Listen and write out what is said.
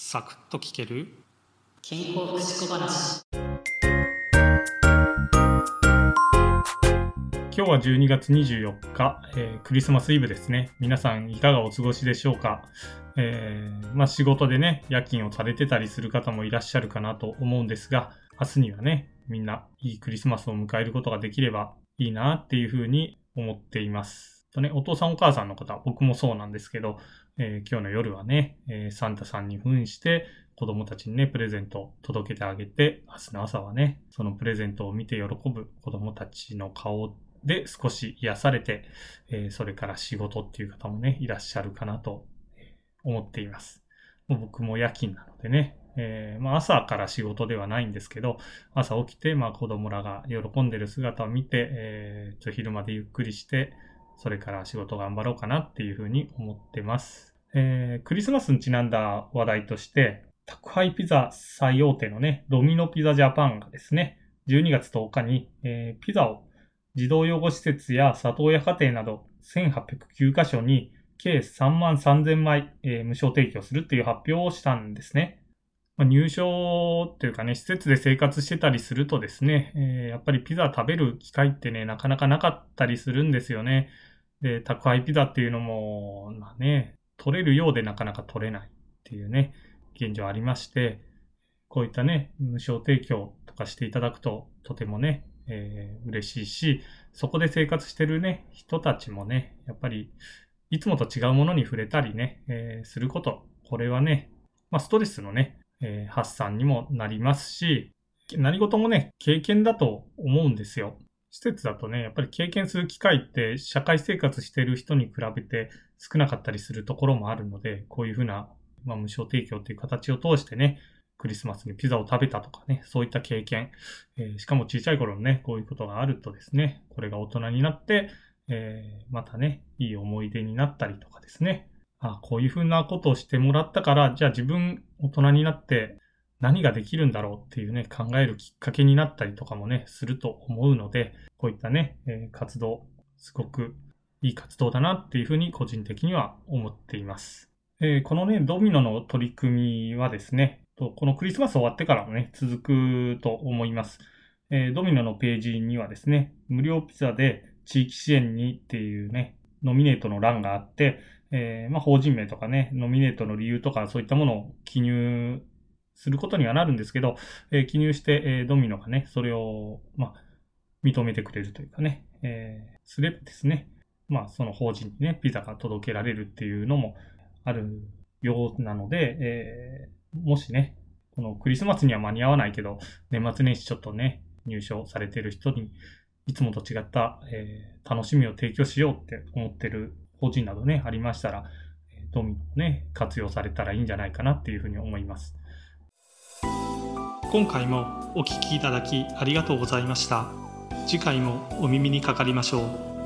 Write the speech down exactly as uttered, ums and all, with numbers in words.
サクッと聞ける健康福祉小話。 今日はじゅうにがつにじゅうよっか、えー、クリスマスイブですね。皆さんいかがお過ごしでしょうか。えーまあ、仕事でね夜勤をされてたりする方もいらっしゃるかなと思うんですが、明日にはねみんないいクリスマスを迎えることができればいいなっていうふうに思っています。とね、お父さんお母さんの方、僕もそうなんですけど、えー今日の夜はね、えーサンタさんに扮して子供たちにねプレゼントを届けてあげて、明日の朝はねそのプレゼントを見て喜ぶ子供たちの顔で少し癒されて、えーそれから仕事っていう方もねいらっしゃるかなと思っています。もう僕も夜勤なのでね、えーまあ、朝から仕事ではないんですけど、朝起きて、まあ、子供らが喜んでる姿を見て、えー、ちょ昼までゆっくりして、それから仕事頑張ろうかなっていうふうに思ってます。えー、クリスマスにちなんだ話題として、宅配ピザ最大手のね、ドミノピザジャパンがですね、じゅうにがつとおかに、えーピザを児童養護施設や里親家庭などせんはっぴゃくきゅうかしょに計さんまんさんぜんまい、えー無償提供するっていう発表をしたんですね。まあ、入所というかね、施設で生活してたりするとですね、えーやっぱりピザ食べる機会ってね、なかなかなかったりするんですよね。で、宅配ピザっていうのも、まあね、取れるようでなかなか取れないっていうね、現状ありまして、こういったね、無償提供とかしていただくと、とてもね、えー嬉しいし、そこで生活してるね、人たちもね、やっぱり、いつもと違うものに触れたりね、えーすること、これはね、まあ、ストレスのね、えー発散にもなりますし、何事もね、経験だと思うんですよ。施設だとね、やっぱり経験する機会って社会生活している人に比べて少なかったりするところもあるので、こういうふうな、まあ、無償提供という形を通してね、クリスマスにピザを食べたとかね、そういった経験、えーしかも小さい頃のね、こういうことがあるとですね、これが大人になって、えーまたね、いい思い出になったりとかですね、あ、こういうふうなことをしてもらったから、じゃあ自分大人になって何ができるんだろうっていうね、考えるきっかけになったりとかもね、すると思うので、こういったね、えー活動、すごくいい活動だなっていうふうに個人的には思っています。えーこのね、ドミノの取り組みはですね、とこのクリスマス終わってからもね、続くと思います。えードミノのページにはですね、無料ピザで地域支援にっていうね、ノミネートの欄があって、えーまあ、法人名とかね、ノミネートの理由とかそういったものを記入することにはなるんですけど、えー記入して、えードミノがね、それを、まあ、認めてくれるというかね、えーすればですね、まあ、その法人にね、ピザが届けられるっていうのもあるようなので、えーもしね、このクリスマスには間に合わないけど、年末年始ちょっとね、入所されている人に、いつもと違った、えー楽しみを提供しようって思ってる法人などね、ありましたら、えードミノをね、活用されたらいいんじゃないかなっていうふうに思います。今回もお聞きいただきありがとうございました。次回もお耳にかかりましょう。